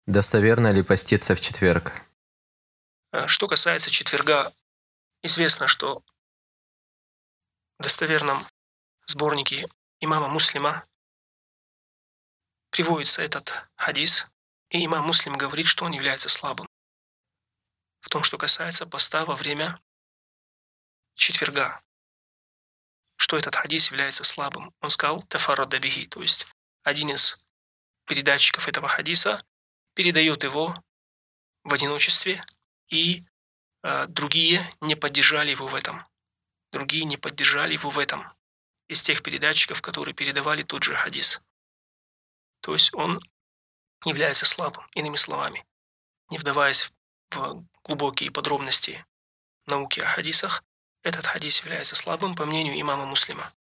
Достоверно ли поститься в четверг? Что касается четверга, известно, что в достоверном сборнике имама Муслима приводится этот хадис, и имам Муслим говорит, что он является слабым. В том, что касается поста во время четверга, что этот хадис является слабым. Он сказал «тафаррада бихи», то есть один из передатчиков этого хадиса передает его в одиночестве, и другие не поддержали его в этом. Другие не поддержали его в этом. Из тех передатчиков, которые передавали тот же хадис. То есть он является слабым, иными словами. Не вдаваясь в глубокие подробности науки о хадисах, этот хадис является слабым по мнению имама Муслима.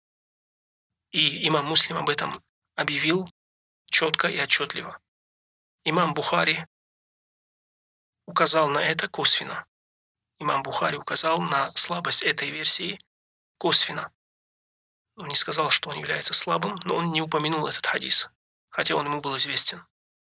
И имам Муслим об этом объявил четко и отчетливо. Имам Бухари указал на это косвенно. Имам Бухари указал на слабость этой версии косвенно. Он не сказал, что он является слабым, но он не упомянул этот хадис, хотя он ему был известен.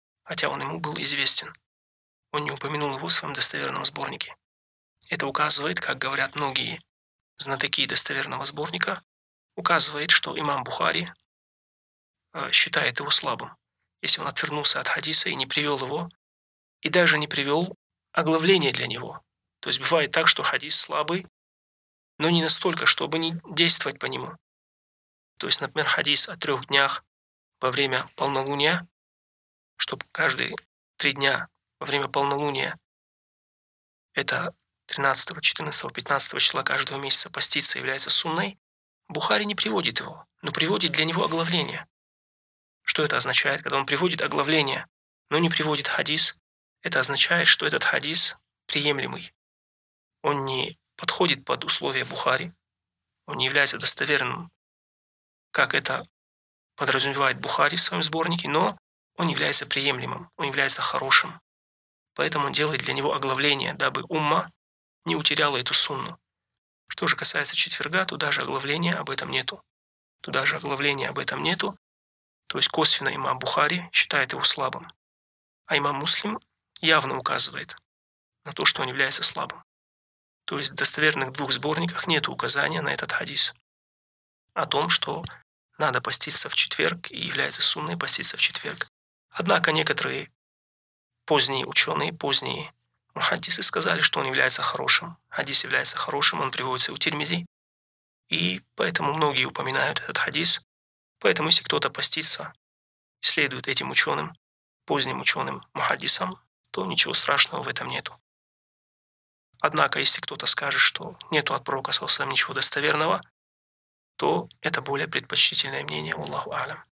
Он не упомянул его в своем достоверном сборнике. Это указывает, как говорят многие знатоки достоверного сборника, указывает, что имам Бухари считает его слабым, если он отвернулся от хадиса и не привел его, и даже не привел оглавление для него. То есть бывает так, что хадис слабый, но не настолько, чтобы не действовать по нему. То есть, например, хадис о 3 днях во время полнолуния, чтобы каждые 3 дня во время полнолуния, это 13, 14, 15 числа каждого месяца поститься является сунной, Бухари не приводит его, но приводит для него оглавление. Что это означает? Когда он приводит оглавление, но не приводит хадис, это означает, что этот хадис приемлемый. Он не подходит под условия Бухари, он не является достоверным, как это подразумевает Бухари в своем сборнике, но он является приемлемым, он является хорошим. Поэтому он делает для него оглавление, дабы умма не утеряла эту сунну. Что же касается четверга, туда же оглавления об этом нету. То есть косвенно имам Бухари считает его слабым. А имам Муслим явно указывает на то, что он является слабым. То есть в достоверных 2 сборниках нет указания на этот хадис о том, что надо поститься в четверг и является сунной поститься в четверг. Однако некоторые поздние ученые, поздние мухаддисы сказали, что он является хорошим. Хадис является хорошим, он приводится у Тирмизи. И поэтому многие упоминают этот хадис. Поэтому если кто-то постится, следует этим ученым, поздним ученым мухаддисам, то ничего страшного в этом нету. Однако, если кто-то скажет, что нету от пророка ﷺ ничего достоверного, то это более предпочтительное мнение, Аллаху а'лям.